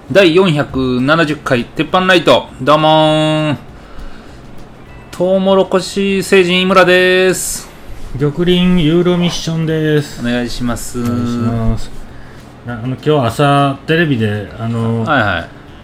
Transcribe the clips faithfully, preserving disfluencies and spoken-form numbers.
だいよんひゃくななじゅっかい鉄板ライト、どうもー、トウモロコシ星人井村です。 玉林ユーロミッションです。 お願いします。 お願いします。あの今日朝テレビであの、はいはい、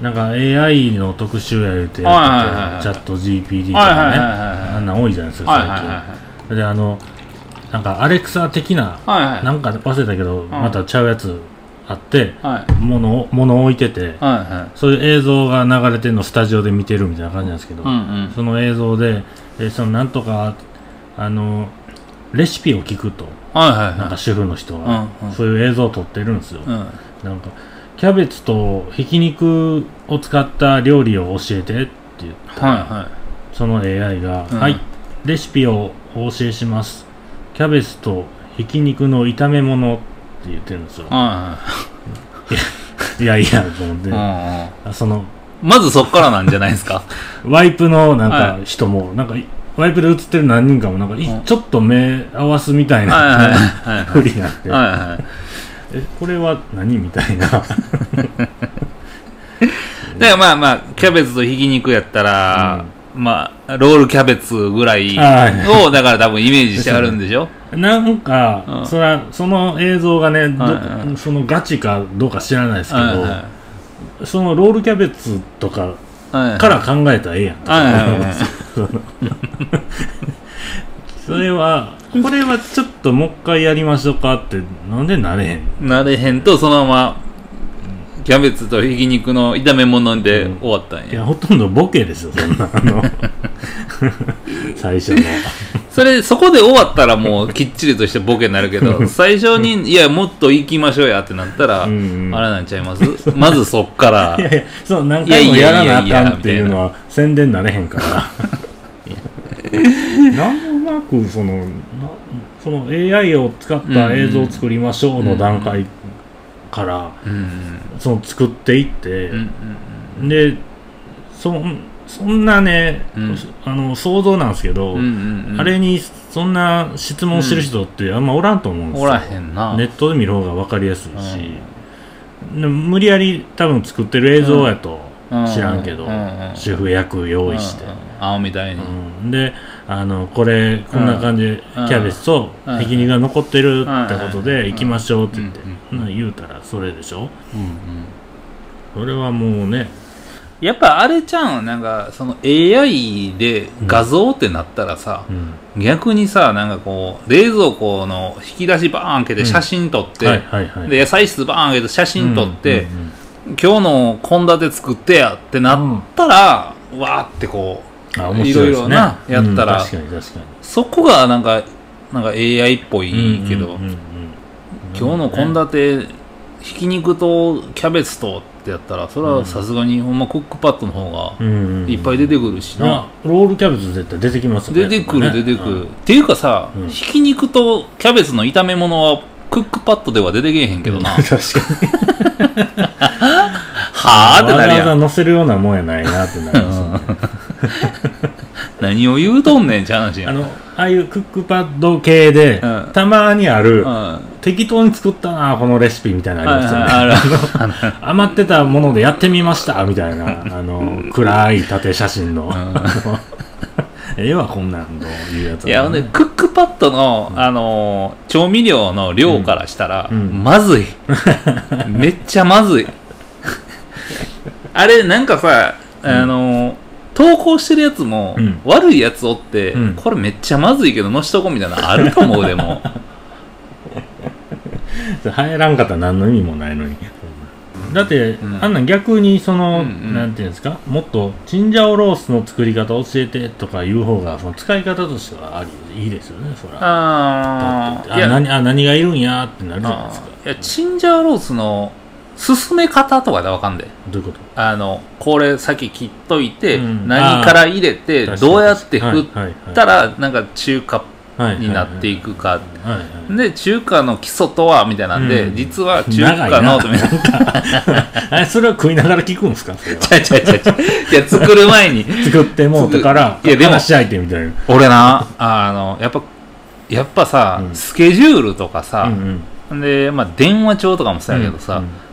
なんか エーアイ の特集やるってやってて、はいはいはいはい、チャット ジーピーティー とかね、はいはいはいはい、あんな多いじゃないですか最近、はいはいはい、であのなんかアレクサ的な、はいはい、なんか忘れたけど、はい、またちゃうやつあって、はい、物を物を置いてて、はいはい、そういう映像が流れてるのをスタジオで見てるみたいな感じなんですけど、うんうん、その映像で、えそのなんとかあのレシピを聞くと、はいはいはい、なんか主婦の人は、うんうん、そういう映像を撮ってるんですよ、うん、なんかキャベツとひき肉を使った料理を教えてって言ったら、はいはい、その エーアイ が、うん、はいレシピをお教えします、キャベツとひき肉の炒め物って言ってるんですよ、はい、いやいやと思って、うんうん、そのまずそっからなんじゃないですかワイプのなんか人も、はい、なんかワイプで映ってる何人かもなんか、うん、ちょっと目合わすみたいなふりになって、はいはい、えこれは何みたいなだからまあまあキャベツとひき肉やったら、うん、まあロールキャベツぐらいをだから多分イメージしてあるんでしょなんか、うん、そらその映像がね、はいはい、そのガチかどうか知らないですけど、はいはい、そのロールキャベツとかから考えたらええやんと思います。それはこれはちょっともう一回やりましょうかってなんでなれへんなれへんとそのままキャベツとひき肉の炒め物で終わったんや、うん、 いやほとんどボケですよそんなあの最初のそれそこで終わったらもうきっちりとしてボケになるけど最初にいやもっと行きましょうやってなったら、うんうん、あれなんちゃいますまずそっからいやいやそう何回もやらなあかんっていうのは宣伝になれへんからなんとなくそのその エーアイ を使った映像を作りましょうの段階から、うんうん、その作っていって、うんうん、で そ, そんなね、うん、あの想像なんですけど、うんうんうん、あれにそんな質問してる人ってあんまおらんと思うんですよ、 おらへんな。 ネットで見る方が分かりやすいし、うん、無理やり多分作ってる映像やと知らんけど、うんうんうん、主婦役用意して、うんうん、 青みたいに、 うん、であのこれこんな感じでキャベツとひき肉が残ってるってことで行きましょうって言って、うんうん、言うたらそれでしょ、うんうん、それはもうねやっぱあれちゃうんなんかその エーアイ で画像ってなったらさ、うん、逆にさなんかこう冷蔵庫の引き出しバーン開けて写真撮って、うんはいはいはい、で野菜室バーン開けて写真撮って、うんうんうん、今日の献立作ってやってなったら、うん、わーってこうあ面白いですね、いろいろなやったら、 うん、確かに確かにそこがなんかなんか エーアイ っぽいけど、うんうんうんうん、今日の献立、ね、ひき肉とキャベツとってやったらそれはさすがにほんまクックパッドの方がいっぱい出てくるしな、うんうんうん、 ロールキャベツ絶対出てきますよね。 出てくる出てくる、うん、っていうかさ、うん、ひき肉とキャベツの炒め物はクックパッドでは出てけえへんけどな、うん、確かにはぁってなるやん。 わざわざ乗せるようなもんやないなってなりますよね何を言うとんねんって話やん。 あのああいうクックパッド系で、うん、たまにある、うん、適当に作ったなこのレシピみたいなのありますよね、はいはい、余ってたものでやってみましたみたいなあの暗い縦写真の、うん、ええわこんなんのいうやつ、ね、 いやねクックパッドの、うん、あの調味料の量からしたら、うん、まずいめっちゃまずいあれなんかさあの、うん、投稿してるやつも、うん、悪いやつおって、うん、これめっちゃまずいけど載しとこみたいなのあると思うでも入らんかったら何の意味もないのにだって、うん、あんなん逆にその、うんうん、なんていうんですかもっとチンジャオロースの作り方教えてとかいう方がその使い方としてはありいいですよねそらああ何あ何がいるんやってなるじゃないですか。 いやチンジャオロースの進め方とかでわかんでどういうことあのこれ先切っといて、うん、何から入れてどうやって振ったらなんか中華になっていくかで中華の基礎とはみたいなんで、うん、実は中華のみたいなそれは食いながら聞くんですかそれはちゃちゃちゃちゃいや作る前に作ってもうてからいやでも話し相手みたいな俺なあのやっぱやっぱさ、うん、スケジュールとかさ、うんうんでまあ、電話帳とかもそうやけどさ、うんうん、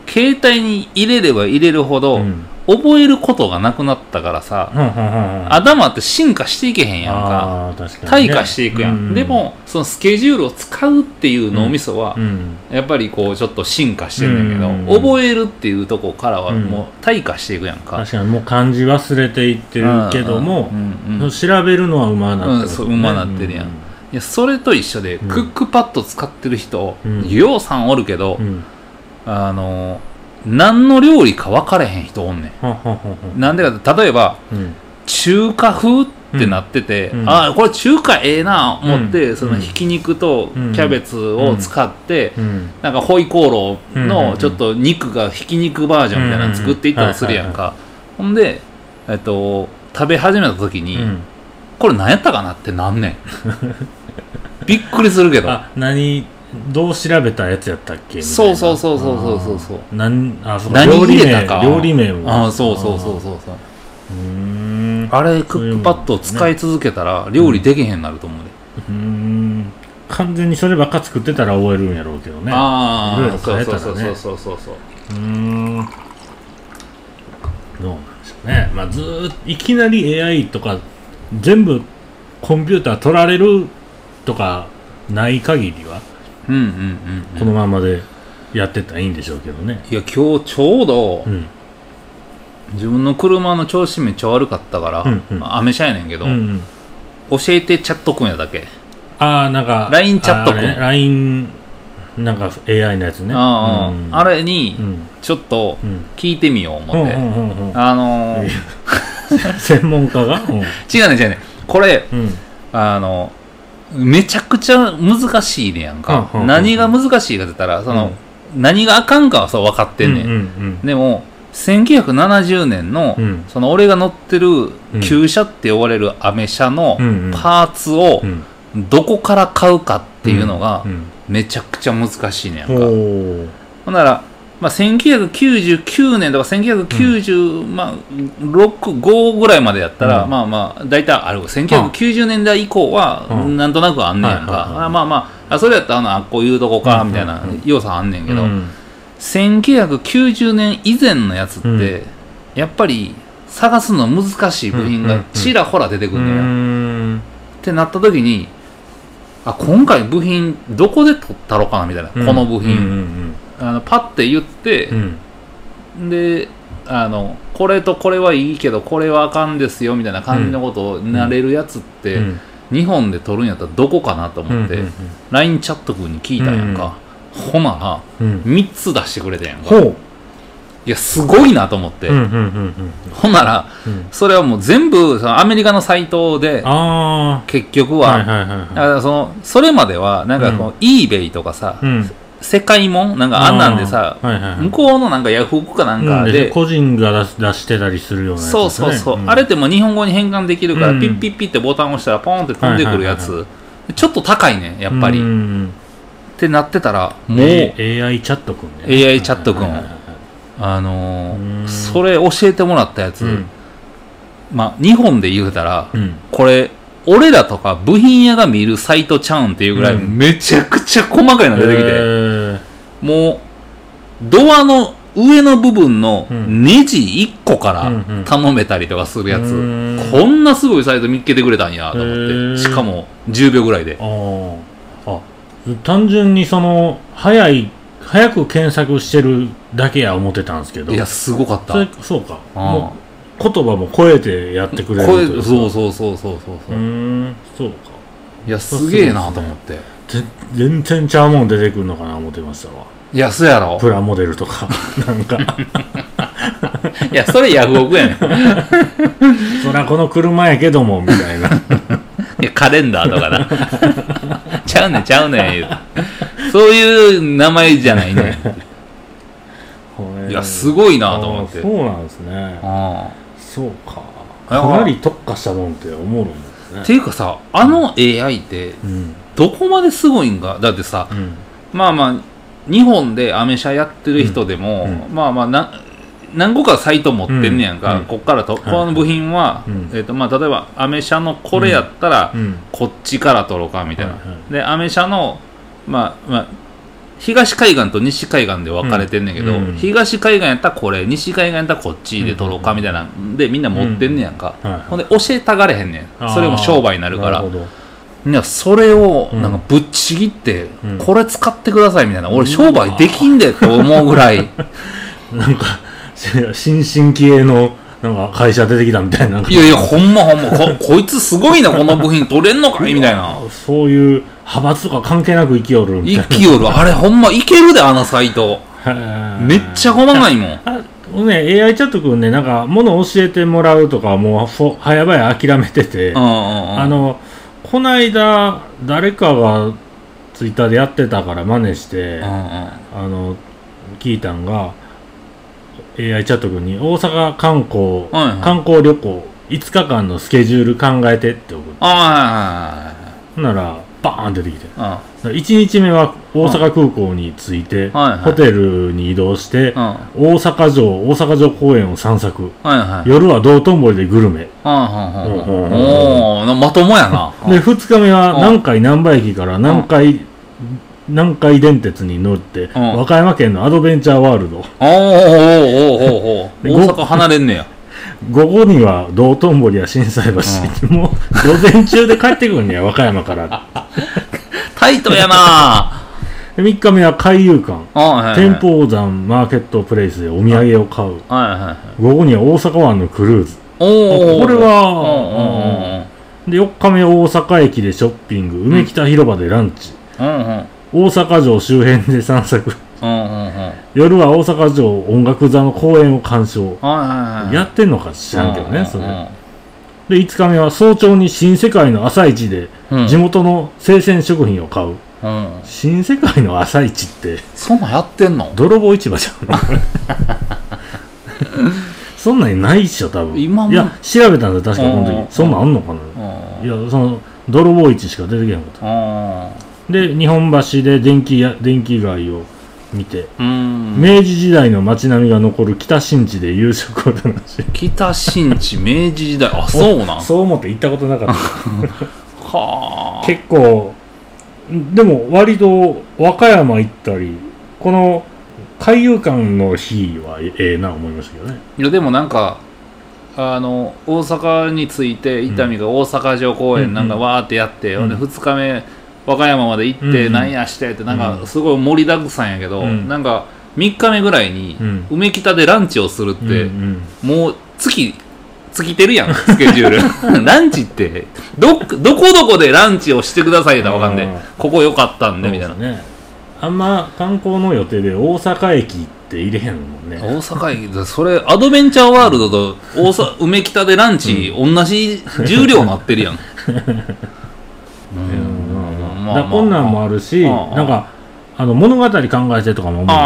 携帯に入れれば入れるほど、うん、覚えることがなくなったからさ、うんうんうんうん、頭って進化していけへんやんか、確かにね、退化していくやん、うんうん、でもそのスケジュールを使うっていう脳みそは、うん、やっぱりこうちょっと進化してるんだけど、うんうん、覚えるっていうところからはもう退化していくやんか、 確かにもう漢字忘れていってるけども、うんうんうん、調べるのはうまなってる、ね、うん、そううまなってるやん、うんうん、いやそれと一緒で、うん、クックパッド使ってる人、うん、ようさんおるけど、うん、あの何の料理か分かれへん人おんねん。ははははなんでか例えば、うん、中華風ってなってて、うん、あこれ中華ええな思って、うん、そのひき肉とキャベツを使って、うん、なんかホイコーローのちょっと肉がひき肉バージョンみたいなの作っていったとするやんか。ほんで、えっと、食べ始めた時に、うん、これ何やったかなってなんねん。びっくりするけど。 あ何どう調べたやつやったっけみたいな。 そうそうそうそうそうそうそう。 なんあそう何入れたか。 料理名を。 あそうそうそうそうそう。うーんあれクックパッドを使い続けたら料理できへんなると思うで。 うーん完全にそればっか作ってたら覚えるんやろうけどね。 ああ、いろいろ変えたらね。そうそうそうそうそう。うーんどうなんでしょうね。まあずーっといきなり エーアイ とか全部コンピューター取られるとかない限りは。うんうんうんうん、このままでやってったらいいんでしょうけどね。 いや今日ちょうど、うん、自分の車の調子めっちゃ悪かったから、うんうんまあ、アメ車やねんけど、うんうん、教えてチャットくんやだけ。 ああなんかライン チャットくん、ね、 ライン なんか エーアイ のやつね。 あ、うん、あれにちょっと聞いてみよう思って、うんうんうんうん、あのー、 専門家が、うん、 違うね違うねこれ、うん、あのめちゃくちゃ難しいねやんか、うんうんうん、何が難しいかって言ったらその、うん、何があかんかはそう分かってんねん、うんうんうん、でもせんきゅうひゃくななじゅうねんの、うん、その俺が乗ってる旧車って呼ばれるアメ車のパーツをどこから買うかっていうのがめちゃくちゃ難しいねやんか、うんうん、ほんならまあ、せんきゅうひゃくきゅうじゅうきゅうねんとかせんきゅうひゃくきゅうじゅうろく、ごぐらいまでやったら、うん、まあまあ大体あるせんきゅうひゃくきゅうじゅうねんだい以降はなんとなくあんねんやんか、はいはいはい、まあまあそれやったらあこういうとこかみたいな要素あんねんけど、うん、せんきゅうひゃくきゅうじゅうねん以前のやつって、うん、やっぱり探すの難しい部品がちらほら出てくるんだよ、うん、ってなった時にあ今回部品どこで取ったろかなみたいな、うん、この部品、うんうんうんあのパッて言って、うん、であのこれとこれはいいけどこれはあかんですよみたいな感じのことをなれるやつって、うん、日本で取るんやったらどこかなと思って、うんうんうん、ライン チャット君に聞いたんやんか、うんうん、ほなら、うん、みっつ出してくれたやんか、いやすごいなと思って、うんうんうんうん、ほなら、うん、それはもう全部そのアメリカのサイトで結局は、はいはいはいはい、だからそのそれまではなんかこう、うん、eBay とかさ、うん世界もんなんかあんなんでさ、はいはいはい、向こうのなんかヤフオクかなんかで、 うん、個人が 出, 出してたりするようなやつ、ね、 そうそうそう、うん、あれってもう日本語に変換できるから、うん、ピッピッピッってボタン押したらポンって飛んでくるやつ、はいはいはい、ちょっと高いねやっぱり、うん、ってなってたらもう、 えー、エーアイ チャットくんねエーアイ チャットくん、はいはいはい、あのー、それ教えてもらったやつ、うん、まあ日本で言うたら、うん、これ俺らとか部品屋が見るサイトちゃうんっていうぐらいめちゃくちゃ細かいの出てきて、うん、もうドアの上の部分のネジいっこから頼めたりとかするやつ、うんうん、こんなすごいサイト見つけてくれたんやと思って、しかもじゅうびょうぐらいで、 ああ単純にその早い早く検索してるだけや思ってたんですけど、 いやすごかった。 それそうか、もう言葉も超えてやってくれる声そうそうそうそうそうそう、うーんそうか、 いやすげえなと思って、ね、 全然ちゃうもん出てくるのかな思ってましたわ。 いやそうやろプラモデルとかなんかいやそれヤフオクやねんそらこの車やけどもみたいないやカレンダーとかなちゃうねんちゃうねんそういう名前じゃないねいやすごいなと思って。 そうなんですね。あそうかかなり特化したもんって思うんですね。 っていうかさあの エーアイ ってどこまですごいんか、だってさ、うん、まあまあ日本でアメ車やってる人でも、うんうん、まあまあな何個かサイト持ってんねやんか、うん、こっからと、はい、この部品は、うんえーとまあ、例えばアメ車のこれやったら、うん、こっちから取ろうかみたいな、はいはい、でアメ車のまあまあ東海岸と西海岸で分かれてんねんけど、うん、東海岸やったらこれ西海岸やったらこっちで取ろうかみたいなんでみんな持ってんねやんか、うんはいはい、ほんで教えたがれへんねん。それも商売になるからいやそれをなんかぶっちぎって、うん、これ使ってくださいみたいな、俺商売できんでって思うぐらいなんか新進気鋭のなんか会社出てきたみたいな。 いやいやほんまほんま こ, こいつすごいなこの部品取れんのかいみたいな。 そういう派閥とか関係なく生きよるみたいな。 生きよるあれほんまいけるであのサイトめっちゃ細かいもん。 あね、エーアイ チャットくんねなんか物教えてもらうとかもう早々諦めてて、うんうんうん、あのこないだ誰かがツイッターでやってたから真似して、うんうん、あの聞いたんが エーアイ チャット君に大阪観光、はいはい、観光旅行いつかかんのスケジュール考えてって送って、あーはいはいはい、ならバーン出てきて、うん、いちにちめは大阪空港に着いて、うんはいはい、ホテルに移動して、うん、大阪城大阪城公園を散策、はいはい、夜は道頓堀でグルメ、 おおまともやなでふつかめは南海難波駅から南海、うん、南海電鉄に乗って、うん、和歌山県のアドベンチャーワールド、おーおーおーおー大阪離れんねや。 午後には道頓堀や心斎橋、うん、もう午前中で帰ってくるんや和歌山からタイトやな。 みっかめは海遊館、はいはい、天保山マーケットプレイスでお土産を買う、はいはいはい、午後には大阪湾のクルーズ、おこれはでよっかめ大阪駅でショッピング、梅北広場でランチ、うんうん、大阪城周辺で散策、うんうんうん、夜は大阪城音楽座の公演を鑑賞、はいはいはい、やってんのか知らんけどね、うんうんうん、それでいつかめは早朝に新世界の朝市で地元の生鮮食品を買う、うん、新世界の朝市ってそんなんやってんの？ 泥棒市場じゃんそんなんないっしょ多分。今もいや調べたんだ確かこの時、うん、そんなんあんのかな、うん、いやその泥棒市しか出てけへんかった、うん、で日本橋で電気や電気街を見て、うん、明治時代の街並みが残る北新地で夕食を楽しむ。 北新地明治時代あそうなんそう思って行ったことなかったは結構でも割と和歌山行ったりこの海遊館の日はええな思いましたけどね。 いやでもなんかあの大阪に着いて伊丹が大阪城公園なんかわーってやって、うん、でふつかめ和歌山まで行ってなんやしてってなんかすごい盛りだくさんやけど、うん、なんかみっかめぐらいに梅北でランチをするって、うんうん、もう月尽きてるやんスケジュールランチってどどこどこでランチをしてくださいってわかんでここ良かったんでみたいな、ね、 あんま観光の予定で大阪駅って入れへんもんね。 大阪駅それアドベンチャーワールドと大阪梅北でランチ、うん、同じ重量なってるやんうんまあまあ、こんなんもあるし、ああなんかあの物語考えてとかも思うんですよね。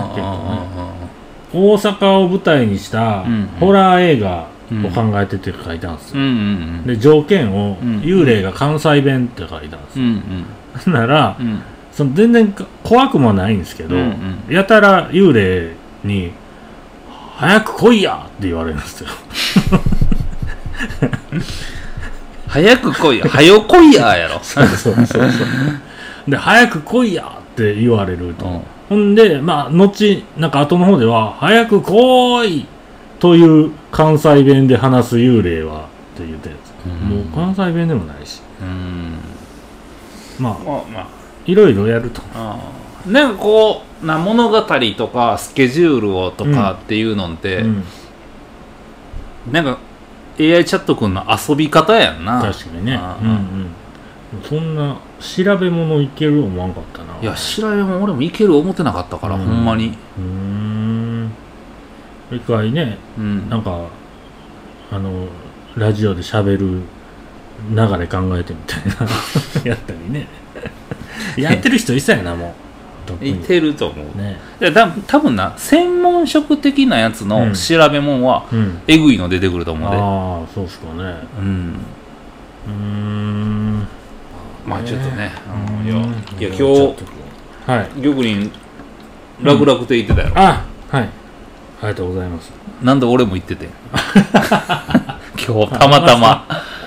大阪を舞台にしたホラー映画を考えてって書いたんですよ、うんうん、で条件を、うん、幽霊が関西弁って書いたんですよ、うんうん、なら、うん、その全然怖くもないんですけど、うんうん、やたら幽霊に早く来いやって言われるんですよ早く来いや、早来いややろ。そうそうそうそう。 で、早く来いやって言われると。うん、ほんで、まあ、後、なんか後の方では、早く来いという関西弁で話す幽霊はって言ったやつ。もう関西弁でもないし。うんまあ、まあ、まあ、いろいろやると。 なんかこう、な物語とかスケジュールをとかっていうのって、うんうん、なんか、エーアイ チャットくんの遊び方やんな。 確かにね、うんうん、そんな調べ物いける思わんかったな。 いや調べ物俺もいける思ってなかったから、うん、ほんまにうーん一回ね、うん、なんかあのラジオで喋る流れ考えてみたいなやったりねやってる人いそうやなもういてると思う、ね、いやだ多分な専門職的なやつの調べ物は、うん、えぐいの出てくると思うで、 ああそうっすかねうんうーんまあちょっとね、うん、いやいや今日はい玉林楽々亭行ってたやろ、うん、 あはいありがとうございます。 なんで俺も行ってて今日たまたま今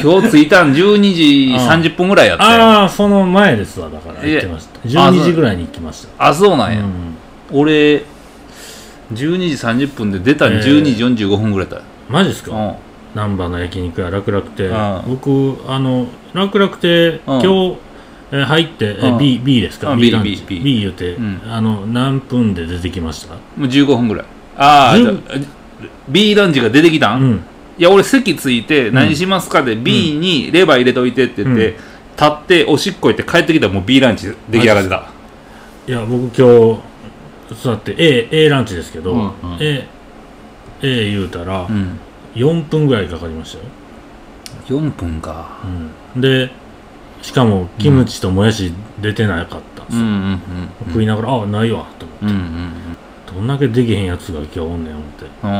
今日着いたんじゅうにじさんじゅっぷんぐらいやったよ。 ああその前ですわ。だから行ってました。じゅうにじぐらいに行きました。 あそうなんや、うん、俺じゅうにじさんじゅっぷんで出たんじゅうにじよんじゅうごふんぐらいだよ。 マジですか。うん難波の焼肉屋楽々亭、うん、僕あの楽々亭、うん、今日、えー、入って、うん、B, B ですか、うん、B ランチ B, B, B 言うて、うん、あの何分で出てきました。 もうじゅうごふんぐらい。ああ B ランチが出てきたん、うん、いや俺席ついて何しますかで、うん、B にレバー入れといてって言って、うん、立っておしっこ行って帰ってきたらもう B ランチ出来上がってた。 いや僕今日座って A, A ランチですけど、うんうん、A, A 言うたら、うんよんぷんぐらいかかりましたよ。 よんぷんか、 うん、でしかもキムチともやし出てなかったんですよ、うんうんうんうん、食いながらあないわと思って、うんうんうん、どんだけできへんやつが今日おんねん思って、うん、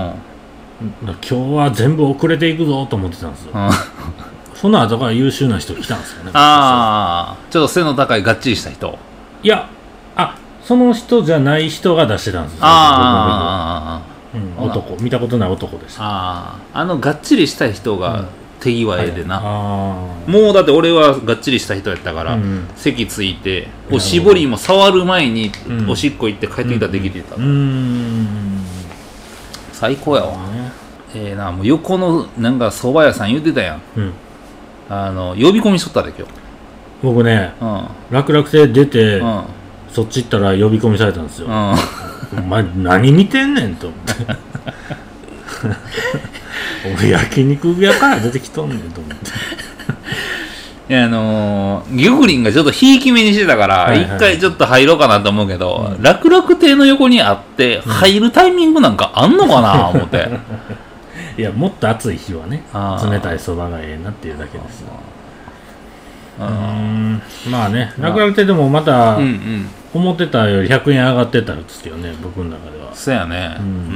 今日は全部遅れていくぞと思ってたんですよ、うん、その後から優秀な人来たんですよね。 ああちょっと背の高いがっちりした人。 いやあその人じゃない人が出してたんですよ。ああうん、男見たことない男でした。 ああのがっちりした人が手際ええでな、うんはい、もうだって俺はがっちりした人やったから、うん、席ついておしぼりも触る前におしっこ行って帰ってきたらできてた、うんうん、最高やわ、ね、ええー、なもう横のなんか蕎麦屋さん言うてたやん、うん、あの呼び込みしとったで今日僕ね、うん、楽々亭出て、うん、そっち行ったら呼び込みされたんですよ、うんお前何見てんねんと思って俺焼肉屋から出てきとんねんと思っていやあのー、ギュグリンがちょっとひいき目にしてたから一、はいはい、回ちょっと入ろうかなと思うけど、うん、楽々亭の横にあって入るタイミングなんかあんのかな思っていやもっと暑い日はね冷たいそばがええなっていうだけですよ。うーんまあね楽々亭でもまた、うんうん思ってたよりひゃくえん上がってたんですけどね僕の中では。 そうやね、うんうんうん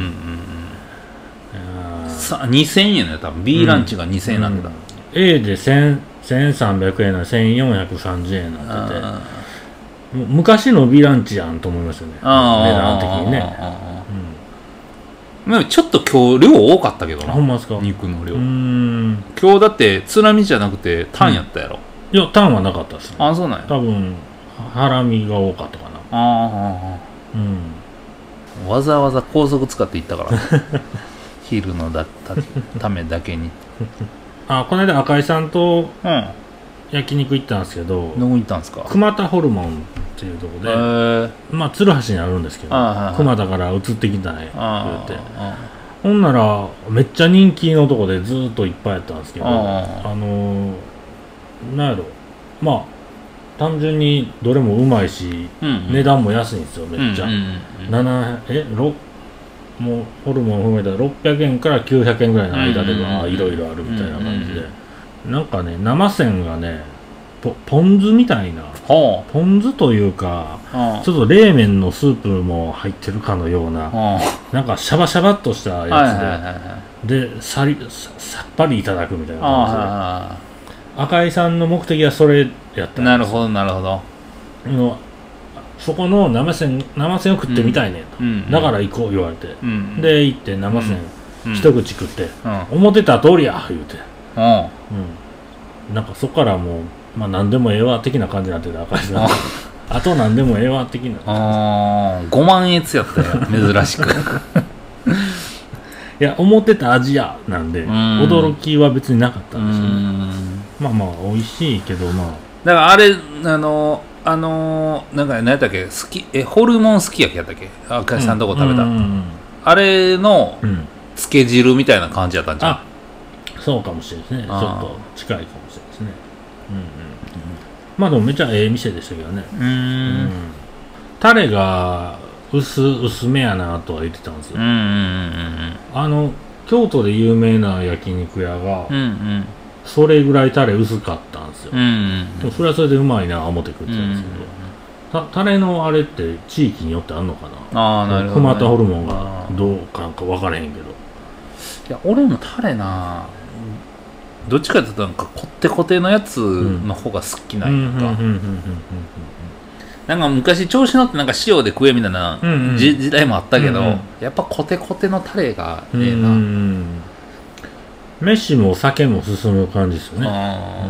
うん、さにせんえんだよ多分 B ランチがにせんえんなんだ、うんうん、 A でせんさんびゃくえんならせんよんひゃくさんじゅうえんになってて昔の B ランチやんと思いますよね値段的にね、 うん、ちょっと今日量多かったけどな。 ほんまですか。 肉の量うーん今日だってつらみじゃなくてタンやったやろ、 うん、いやタンはなかったですね。 あそうなんや。 多分ハラミが多かったかな。ああ、 うん、わざわざ高速使って行ったから昼のだったためだけにあこの間赤井さんと焼肉行ったんですけど、 どこ行ったんですか。 熊田ホルモンっていうとこで、えー、まあ鶴橋にあるんですけど熊田から移ってきたね言ってほんならめっちゃ人気のとこでずっといっぱいやったんですけどあのー、なんやろまあ単純にどれもうまいし、うんうん、値段も安いんですよめっちゃ、うんうんうん、ななえろもうホルモン含めたらろっぴゃくえんからきゅうひゃくえんぐらいの間ではいろいろあるみたいな感じで、うんうん、なんかね生鮮がね ポ, ポン酢みたいな、はあ、ポン酢というか、はあ、ちょっと冷麺のスープも入ってるかのような、はあ、なんかシャバシャバっとしたやつで、はいはいはいはい、で さ, り さ, さっぱりいただくみたいな感じで、はあはあ赤井さんの目的はそれやったんです。 なるほどなるほど。 そこの生鮮生鮮を食ってみたいねと、うんうん、だから行こう言われて、うんうん、で行って生鮮、うん、一口食って、うん、思ってた通りや言うて、うんうん、なんかそこからもう、まあ、何でもええわ的な感じになってた赤井さんあと何でもええわ的なあごまんえつやったよ珍しくいや思ってた味やなんで驚きは別になかったんですよね。まあまあ美味しいけどまあだからあれあのあのなんか何やったっけ好きえホルモンすき焼きやったっけ赤井さんのとこ食べた、うんうんうん、あれのつけ汁みたいな感じやったんじゃん、うん、あそうかもしれないですねちょっと近いかもしれないですね、うんうんうん、まあでもめちゃええ店でしたけどねうん、うん、タレが薄薄めやなとは言ってたんですよ、うんうんうんうん、あの京都で有名な焼肉屋が、うんうん、それぐらいタレ薄かったんですよ、うんうん、でもそれはそれでうまいな思って食ってたんですけど、うんうん、タレのあれって地域によってあんのかな。あなるほど、ね、熊田ホルモンがどうかなんか分からへんけどいや俺もタレなどっちかっていうとなんかこってこてのやつの方が好きなんやんかなんか昔調子乗ってなんか塩で食えみたいな、うんうん、時代もあったけど、うんうん、やっぱコテコテのタレがええな、うんうん、 飯も酒も進む感じですよね。あ、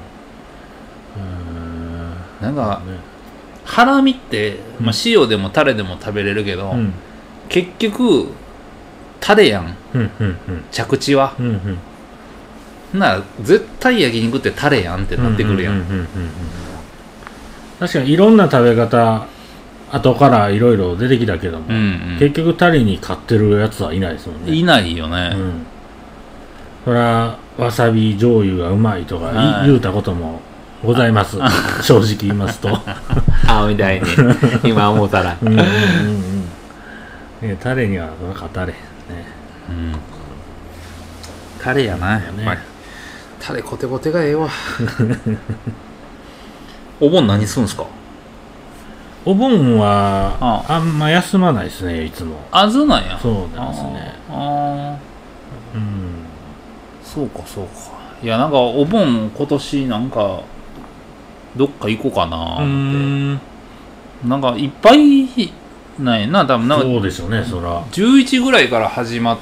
うん、なんか、ね、ハラミって、まあ、塩でもタレでも食べれるけど、うん、結局タレやん、うんうんうん、着地は、うんうん、なら絶対焼肉ってタレやんってなってくるやん。 確かにいろんな食べ方後からいろいろ出てきたけども、うんうん、結局タレに買ってるやつはいないですもんね。 いないよね、うん、 そりゃわさび醤油がうまいとか、はい、言うたこともございます。正直言いますとあみたいに今思ったらうんうん、うんね、タレには勝たれへんね、うん、 タレやな、ね、やっぱりタレコテコテがええわお盆何するんすか？ お盆は あ, あんま休まないですね、いつも。 あ、そうなんや。 そうなんですね。ああ、 うん、そうかそうか。いや、なんかお盆今年なんかどっか行こうかなって。うん、なんかいっぱいないな、多分なんか。 そうでしょうね、そら。 じゅういちぐらいから始まって、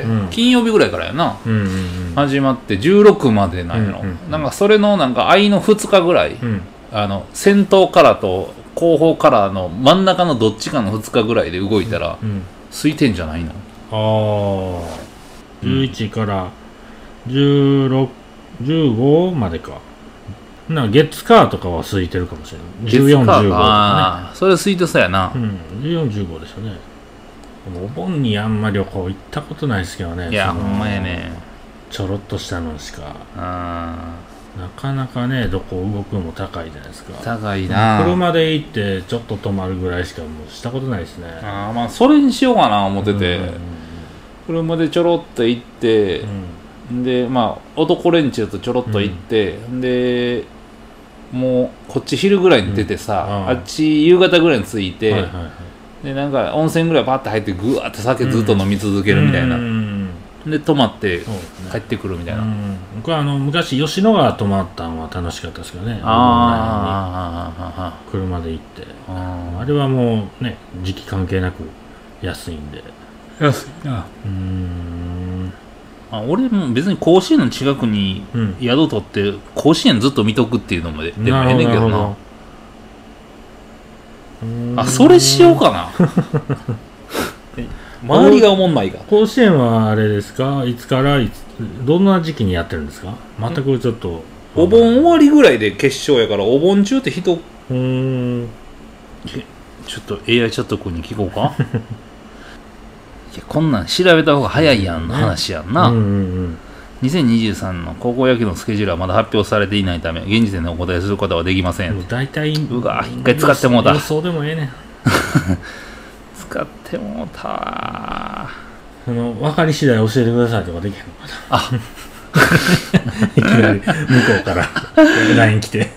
うん、金曜日ぐらいからやな、うんうんうん、始まってじゅうろくまでなんやろ、うんうんうん、なんかそれのなんか間のふつかぐらい、うん、あの先頭からと後方からの真ん中のどっちかのふつかぐらいで動いたら、うんうん、空いてんじゃないの？ ああ、じゅういちからじゅうろく、じゅうごまでか。なんか月火とかは空いてるかもしれない。じゅうよん、じゅうごとかね。ああ、それ空いてそうやな。 うん、じゅうよん、じゅうごでしょうね。お盆にあんま旅行行ったことないですけどね。 いや、ほんまやね。 ちょろっとしたのしか。あ、なかなかね、どこ動くのも高いじゃないですか。 高いな。 車で行ってちょっと泊まるぐらいしかもうしたことないですね。 ああ、まあそれにしようかな思ってて、うんうんうん、車でちょろっと行って、うん、でまあ男連中とちょろっと行って、うん、でもうこっち昼ぐらいに出てさ、うん、あ, あっち夕方ぐらいに着いて、はいはいはい、でなんか温泉ぐらいパッと入ってぐわって酒ずっと飲み続けるみたいな、うん、で泊まって帰ってくるみたいな、うん、 僕はあの昔吉野川泊まったのは楽しかったですけどね。ああ、車で行って、 あ, あれはもうね時期関係なく安いんで。 安いな。うーん、あ、俺も別に甲子園の近くに宿取って、うん、甲子園ずっと見とくっていうのもでもええねんけどな。あ、それしようかな周りがおもんないが。 甲子園はあれですか、いつからいつどんな時期にやってるんですか？全くちょっとお盆終わりぐらいで決勝やから、お盆中って人、うーん、ちょっと エーアイ チャット君に聞こうかいや、こんなん調べた方が早いやんの話やんな、うんうんうん、にせんにじゅうさんの高校野球のスケジュールはまだ発表されていないため現時点でお答えすることはできません。 もう大体うわ、一回使ってもうた。 予想でもええねん使ってもうた。 その分かり次第教えてくださいとかできへんのかな。あいきなり向こうから ライン 来て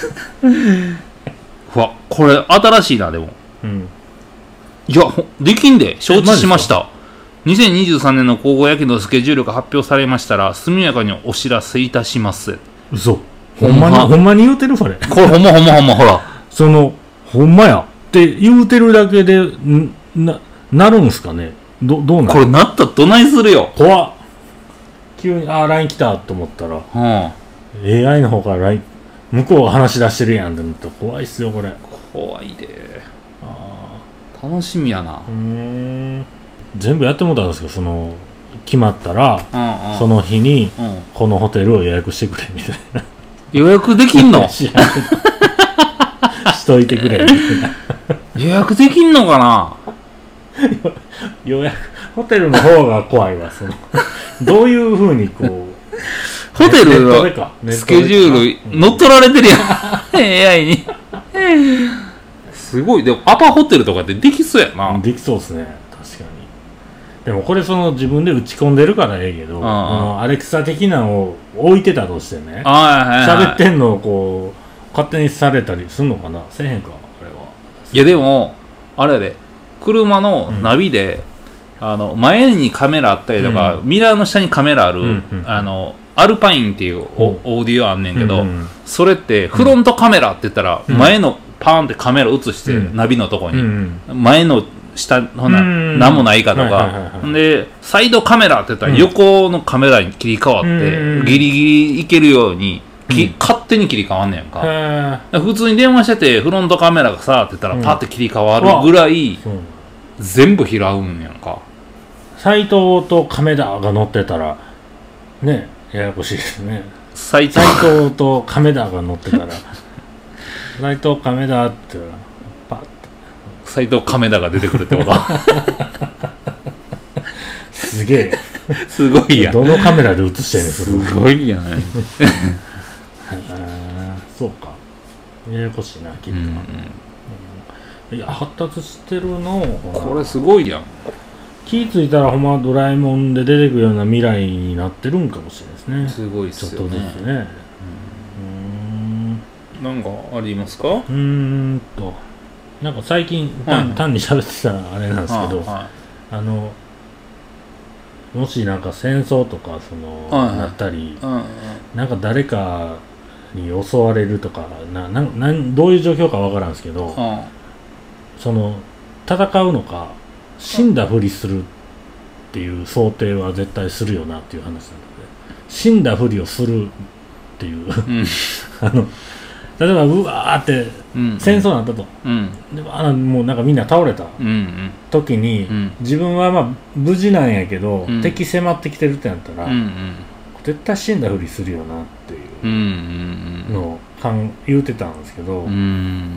うわ、これ新しいな。でも、うん、いやできんで承知しました。にせんにじゅうさんねんの高校野球のスケジュールが発表されましたら速やかにお知らせいたします。 嘘、ほんまにほんまに言うてるこれ。 これほんまほんまほんま、ほらそのほんまやって言うてるだけで な, なるんすかね。ど, どうなる。 これなったらどないするよ。 怖っ。急にあー ライン 来たと思ったら、うん、エーアイ の方から ライン 向こうが話し出してるやんって思ったら怖いっすよこれ。 怖いで。あ、楽しみやな。うーん、全部やってもらったんですか。その決まったら、うんうん、その日に、うん、このホテルを予約してくれみたいな。 予約できんのしといてくれみたいな予約できんのかな予約ホテルの方が怖いわ。そのどういう風にこうホテルのスケジュール乗っ取られてるやんエーアイ にすごい。でもアパホテルとかってできそうやな。 できそうですね、確かに。でもこれその自分で打ち込んでるからええけど、あのアレクサ的なのを置いてたとしてね、喋ってんのをこう勝手にされたりすんのかな。せえへんかあれは。 いやでもあれやで、車のナビで、うん、あの前にカメラあったりとか、うん、ミラーの下にカメラある、うんうん、あのアルパインっていうオーディオあんねんけど、うんうん、それってフロントカメラって言ったら、うん、前のパーンってカメラ映して、うん、ナビのとこに、うんうん、前の下ほな何もないかとかでサイドカメラって言ったら横のカメラに切り替わってギリギリいけるように、うん、勝手に切り替わんねんか普通に電話しててフロントカメラがさって言ったらパッて切り替わるぐらい、うん、全部拾うんやんか。 斎藤と亀田が乗ってたらねややこしいですね。 斎藤と亀田が乗ってたら斎藤亀田ってパッて斎藤亀田が出てくるってことすげえすごいやん。 どのカメラで映してんねん。 すごいやんそうかややこしいなきっと、うんうん、いや発達してるのこれすごいやん。 気ぃついたらほんまドラえもんで出てくるような未来になってるんかもしれないですね。 すごいっすよね。 ちょっとずつね、 うん、なんかありますか。 うーんとなんか最近、はい、単に喋ってたらあれなんですけど、はいはい、あのもしなんか戦争とかその、はいはい、なったり、うんうん、なんか誰かに襲われるとかなななどういう状況かわからんですけど、うん、その戦うのか死んだふりするっていう想定は絶対するよなっていう話なので、死んだふりをするっていう、うん、あの例えばうわーって戦争になったと、うん、であもうなんかみんな倒れた時に、うんうん、自分はまあ無事なんやけど、うん、敵迫ってきてるってなったら、うんうん、絶対死んだふりするよなっていうのを言うてたんですけど、うん、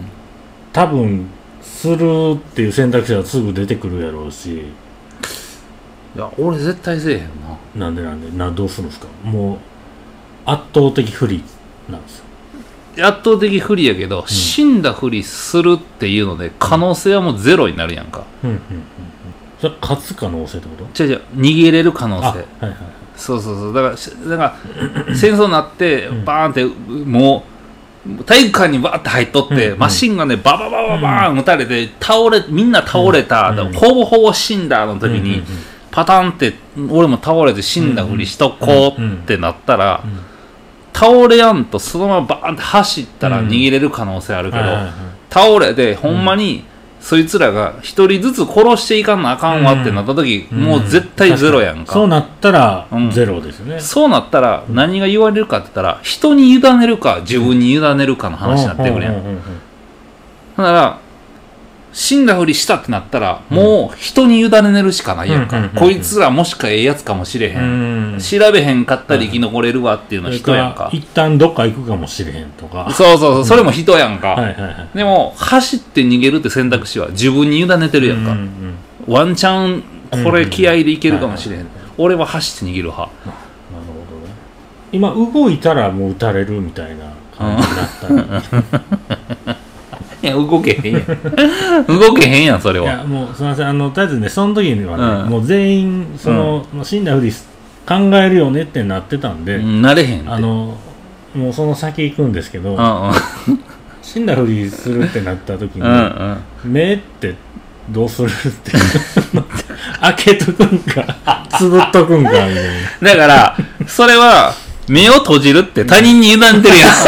多分するっていう選択肢はすぐ出てくるやろうし。 いや俺絶対せえへんな。なんでなんでなどうするんですか。もう圧倒的不利なんですよ。 圧倒的不利やけど、うん、死んだふりするっていうので可能性はもうゼロになるやんか。うんうんうんうん、 それ勝つ可能性ってこと。 違う違う逃げれる可能性。はいはい、そうそうそうだからだから戦争になってバーンってもう体育館にバーって入っとって、うんうん、マシンガンでバババババーン撃たれて倒れみんな倒れた、うんうん、ほぼほぼ死んだの時に、うんうんうん、パタンって俺も倒れて死んだふりしとこうってなったら、うんうん、倒れやんとそのままバーンって走ったら逃げれる可能性あるけど、うんはいはいはい、倒れてほんまにそいつらが一人ずつ殺していかんなあかんわってなった時、うん、もう絶対ゼロやんか。 そうなったらゼロですね、 うん、そうなったら何が言われるかって言ったら人に委ねるか自分に委ねるかの話になってくるやん。だから死んだふりしたってなったら、うん、もう人に委ねるしかないやんか、うんうんうんうん、こいつらもしかええやつかもしれへん、うん、調べへんかったら生き残れるわっていうのは人やんか。 一旦どっか行くかもしれへんとか。 そうそうそうそれも人やんか、はいはいはい、でも走って逃げるって選択肢は自分に委ねてるやんか、うんうんうん、ワンチャンこれ気合いでいけるかもしれへん、うんうんはいはい、俺は走って逃げる派。なるほどね。今動いたらもう撃たれるみたいな感じになったら、うんいや動けへんやん動けへんやんそれは。 いやもうすみませんあのとりあえずねその時にはね、うん、もう全員その、うん、死んだふり考えるよねってなってたんで、 うん、なれへんってあのもうその先行くんですけど、うんうん、死んだふりするってなった時に、うんうん、目ってどうするって開けとくんかつぶっとくんかみたいな。だからそれは目を閉じるって他人に委ねてるやん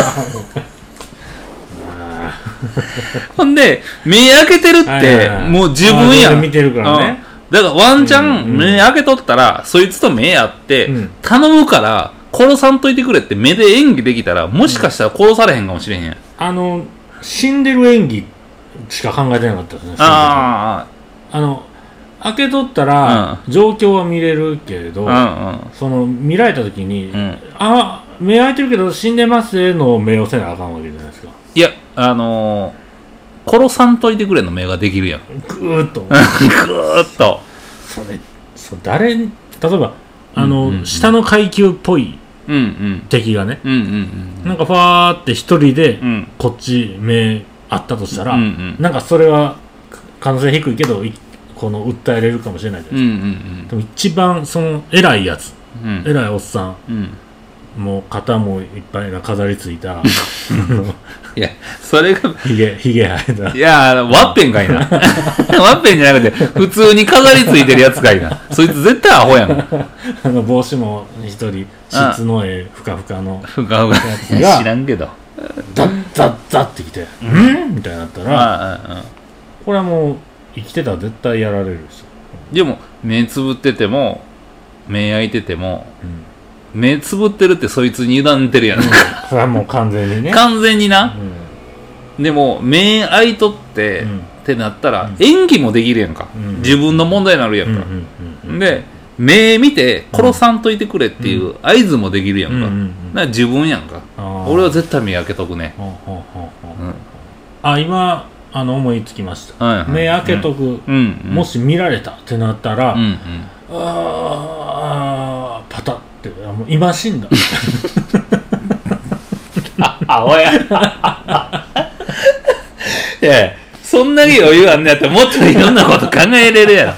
ほんで目開けてるって、はいはいはい、もう十分やん。 見てるからね、 うん、だからワンチャン目開けとったら、うんうん、そいつと目合って、うん、頼むから殺さんといてくれって目で演技できたらもしかしたら殺されへんかもしれへんやん。 あの死んでる演技しか考えてなかったですね。ああの開けとったら、うん、状況は見れるけれど、うんうん、その見られた時に、うん、あ目開いてるけど死んでますねの目をせなあかんわけじゃないですか。 いやあのー、殺さんといてくれの目ができるやん。 ぐーっとぐーっとそれそ誰例えばあの、うんうんうん、下の階級っぽい敵がね、うんうんうん、なんかファーって一人でこっち目あったとしたら、うんうん、なんかそれは可能性低いけどこの訴えれるかもしれないじゃないですか、うんうんうん、でも一番その偉いやつ、うん、偉いおっさん、うんもう肩もいっぱいな飾りついたいやそれがひげひげ生えたいやワッペンかいなワッペンじゃなくて普通に飾りついてるやつかいなそいつ絶対アホやんあの帽子も一人質の絵ふかふかのふかふかやつが知らんけどザッザッザッってきてうんみたいになったらこれはもう生きてたら絶対やられるし。 でも目つぶってても目開いてても、うん、目つぶってるってそいつに委ねてるやん、うん、 それはもう完全にね完全にな、うん、でも目開いとって、うん、ってなったら、うん、演技もできるやんか、うん、自分の問題になるやんか、うんうんうん、で目見て殺さんといてくれっていう合図もできるやんか、うんうんうん、だから自分やんか。俺は絶対目開けとくね、うん、 あ今あの思いつきました、はいはい、目開けとく、うんうんうん、もし見られたってなったら、うんうん、あパタってもう今死んだあおやいやそんなに余裕あんねやったらもっといろんなこと考えれるやろ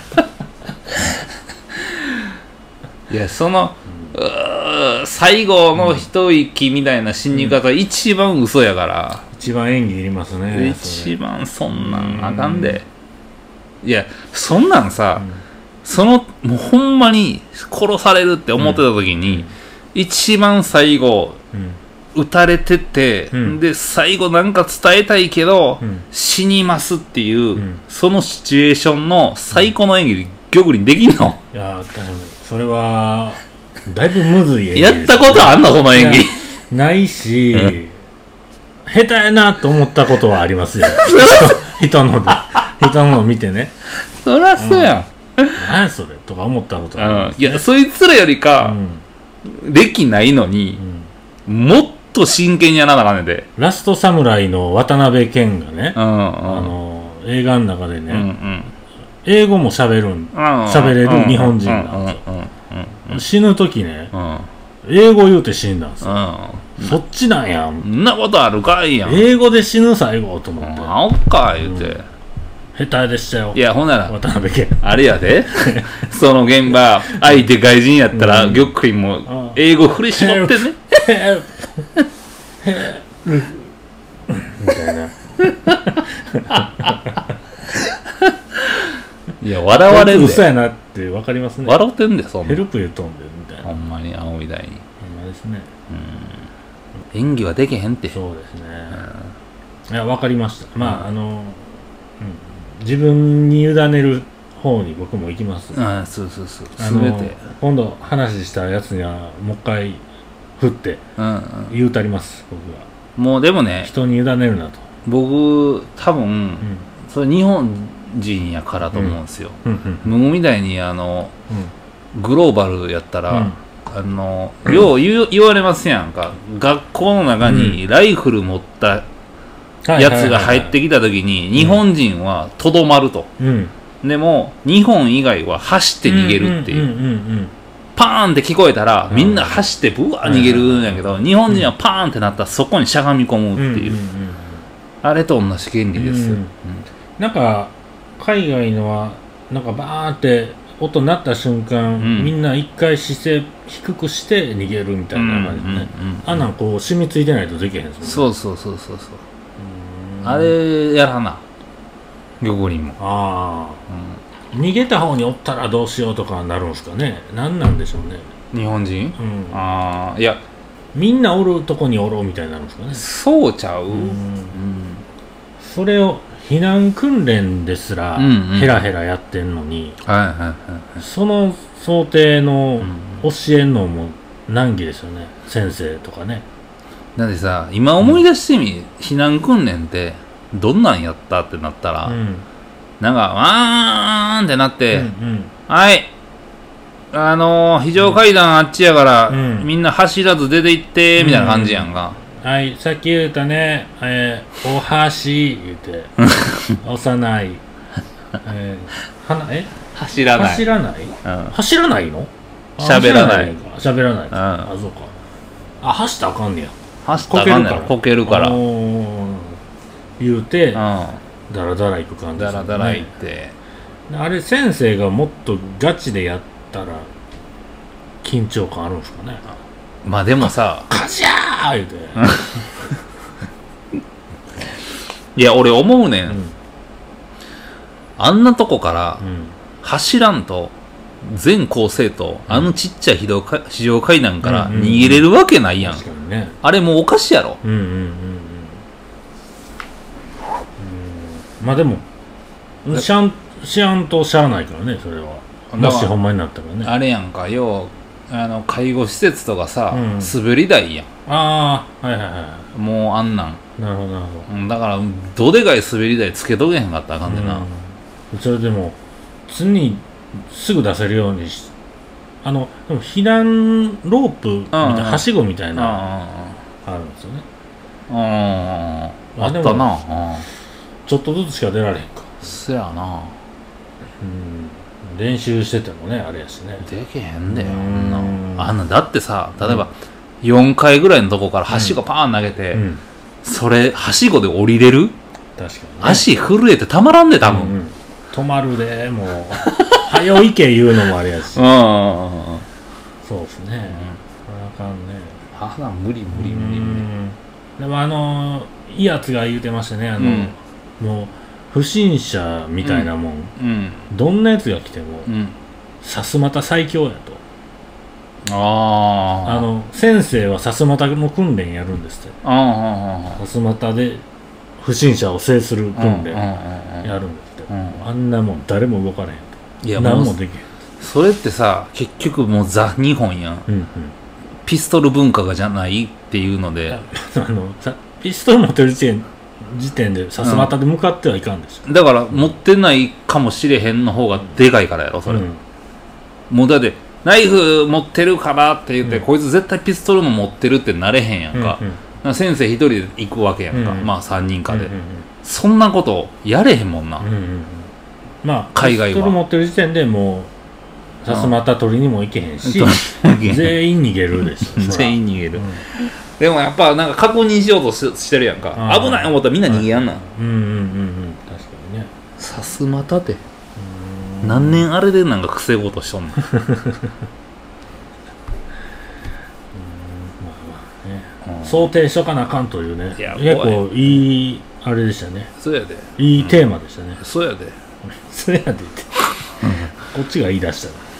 いやその、うん、最後の一息みたいな死に方、うん、一番嘘やから一番演技いりますね。 一番そんなんあかんで。いやそんなんさ、うん、そのもうほんまに殺されるって思ってた時に、うん、一番最後、うん、撃たれてて、うん、で最後なんか伝えたいけど、うん、死にますっていう、うん、そのシチュエーションの最高の演技玉林できんの？ いやそれはだいぶむずい演技やったことあんのその演技ないし、うん下手やなと思ったことはありますよ人ので人のを見てねそりゃそうやん、うん、何それとか思ったことはあります、 ね、うん、いやそいつらよりか、うん、歴ないのに、うん、もっと真剣にやらなあかんねんで。 ラストサムライの渡辺謙がね、うんうん、あの映画の中でね、うんうん、英語も喋るん喋れる日本人なんですよ。死ぬ時ね、うん英語言うて死んだんですよ、うん、そっちなんやんそんなことあるかいやん英語で死ぬ最後と思って、うん、 あおっか言うて、 うん、下手でしたよ。 いやほんなら渡辺謙あれやでその現場相手外人やったら、うん、玉林も英語振り絞ってねみたいないや笑われるで嘘やなって分かりますね。 笑ってんでそんなヘルプ言うとんでみたいな。 ほんまに青みたいにほんまですね。 うん演技はできへんって。 そうですね、うん、いや分かりました。まあ、うん、あの、うん、自分に委ねる方に僕も行きます。 ああそうそうそうあの全て今度話したやつにはもう一回振って言うたります、うんうん、僕は。 もうでもね人に委ねるなと。 僕多分、うん、それ日本人やからと思うんですよ、うんうんうん、僕みたいにあの、うん、グローバルやったら、うん、あのよう 言, 言われますやんか。学校の中にライフル持ったやつが入ってきた時に日本人はとどまると、うん、でも日本以外は走って逃げるっていうパーンって聞こえたらみんな走ってブワー逃げるんやけど、日本人はパーンってなったらそこにしゃがみ込むっていう、うんうんうん、あれと同じ原理です、うんうん、 なんか海外のはなんかバーンって音鳴った瞬間、うん、みんな一回姿勢低くして逃げるみたいな感じでね、うんうんうんうん、あんなんこう染みついてないとできへんですもんね。 そうそうそうそうそうあれやらな玉林もああ、うん、逃げた方におったらどうしようとかなるんですかね。なんなんでしょうね日本人、うん、ああいやみんなおるとこにおろうみたいになるんですかね。 そうちゃう、うんうん、 それを避難訓練ですらヘラヘラやってんのに、うんうんはいはいはい、その想定の教えんのも難儀ですよね、うん、先生とかね。 だってさ今思い出してみ、うん、避難訓練ってどんなんやったってなったら、うん、なんかわーんってなって、うんうん、はいあのー、非常階段あっちやから、うん、みんな走らず出て行ってみたいな感じやんか、うんはい、さっき言うたね、えー、お箸言うて押さない、えー、はなえ走らない走らない、うん、走らないの喋らない喋らない、うん、あそうかあ走ったらあかんねや走ったらあかんねやこけるから言うて、うん、だらだらいく感じですね。 だらだらいってあれ先生がもっとガチでやったら緊張感あるんですかね。 まあでもさカシャー言うていや俺思うねん、うん、あんなとこから走らんと全校生徒、うん、あのちっちゃい非常階段から逃げれるわけないやん、うんうんうんね、あれもうおかしいやろ、うんうんうんうん、 まあでもシャンしやんとしゃあないからねそれは。もしほんまになったらね。 あれやんか、要あの介護施設とかさ、うん、滑り台やん。 ああはいはいはい。 もうあんなん。 なるほどなるほど。だからどでかい滑り台つけとけへんかったらあかんねんな。 うん、それでも常にすぐ出せるようにしあのでも避難ロープみたいなはしごみたいなあるんですよね。 あああったな。 ちょっとずつしか出られへんか。 そやな。 うん練習しててもねあれやしね。 できへんで、あんなあんなだってさ、例えば、うん、よんかいぐらいのとこからはしごパーン投げて、うん、それはしごで降りれる？ 確かに、ね、 足震えてたまらんで多分、うんうん、 止まるでもうはよ行け言うのもあれやし。うんそうですね、うん、あかんね。 あら無理無理無理無理。でもあのいいやつが言うてましたね、あの、うん、もう不審者みたいなもん、うん、どんなやつが来ても、うん、さすまた最強やと。 ああの先生はさすまたの訓練やるんですって。さすまたで不審者を制する訓練やるんですって。あんなもん誰も動かれへんと。いや何もできへん。 それってさ結局もうザ日本やん、うんうん、ピストル文化がじゃないっていうのであのピストル持ってる時点時点でさすまたで向かってはいかんでしょ、 うん、だから持ってないかもしれへんの方がでかいからやろそれ、うん、もうだってナイフ持ってるからって言って、うん、こいつ絶対ピストルも持ってるってなれへんやんか、うんうん、先生一人で行くわけやんか、うんうん、まあさんにんかで、うんうんうん、そんなことやれへんもんな、うんうんうん、 まあ海外はピストル持ってる時点でもうさすまた取りにも行けへんし、うん、全員逃げるでしょ全員逃げる、うん、でもやっぱなんか確認しようと し, してるやんか。危ない思ったらみんな逃げやんな、はい、 うんうんうんうん確かにね。 さすまたて何年あれでなんか防ごうとしとんのうんまあまあね、うん、想定しとかなあかんというね。いや結構いいあれでしたね。 そうやでいいテーマでしたね、 うん、そうやでそうやでってこっちが言い出したら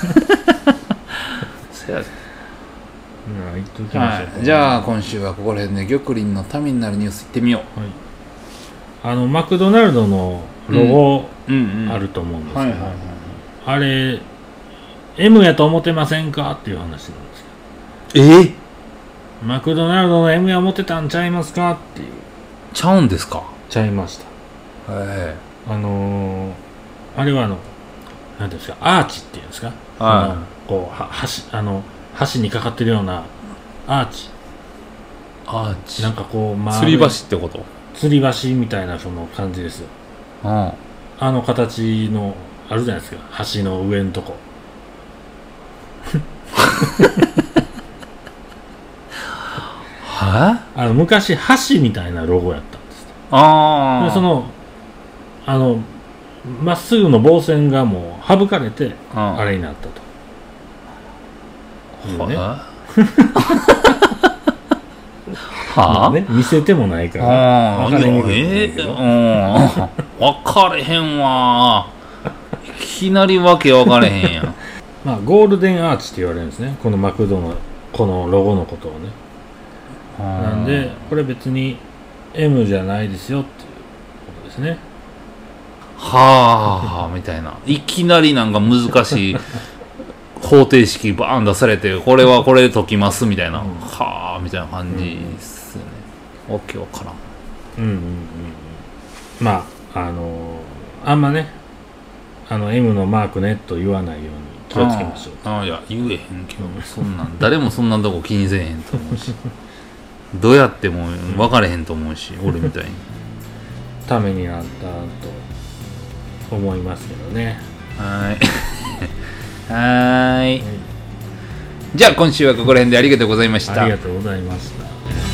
そうやでうん、言っときましょうか、 はい、じゃあ今週はここら辺で玉林のためになるニュースいってみよう、はい、 あのマクドナルドのロゴ、うんうん、あると思うんですけど、あれ エム やと思ってませんかっていう話なんですけど。えー、 マクドナルドの エム や思ってたんちゃいますかっていう。 ちゃうんですか。 ちゃいました。はい。あのー、あれはあの何ですかアーチっていうんですか、はい、こうは橋あの橋にかかってるようなアーチアーチなんかこう吊り橋ってこと。 吊り橋みたいなその感じですよ、うん、あの形のあるじゃないですか橋の上のとこはあの昔橋みたいなロゴやったんです。あでそのあのまっすぐの棒線がもう省かれてあれになったと。ね、はあ、ね、見せてもないから分かれにくいんだけど、 えー、分かれへんわいきなりわけ分かれへんやんまあゴールデンアーチって言われるんですねこのマクドのこのロゴのことをね。なんでこれ別に エム じゃないですよっていうことですね。 はあみたいないきなりなんか難しい方程式バーン出されてこれはこれで解きますみたいな、うん、はあみたいな感じですよね。わけわからん。うんうんうんまああのー、あんまねあの エム のマークねと言わないように気をつけましょう。 ああいや言えへんけどそんなん誰もそんなとこ気にせえへんと思うしどうやっても分かれへんと思うし、うん、俺みたいにためになったと思いますけどね。 はいはい、はい、じゃあ今週はここら辺でありがとうございました。 ありがとうございました。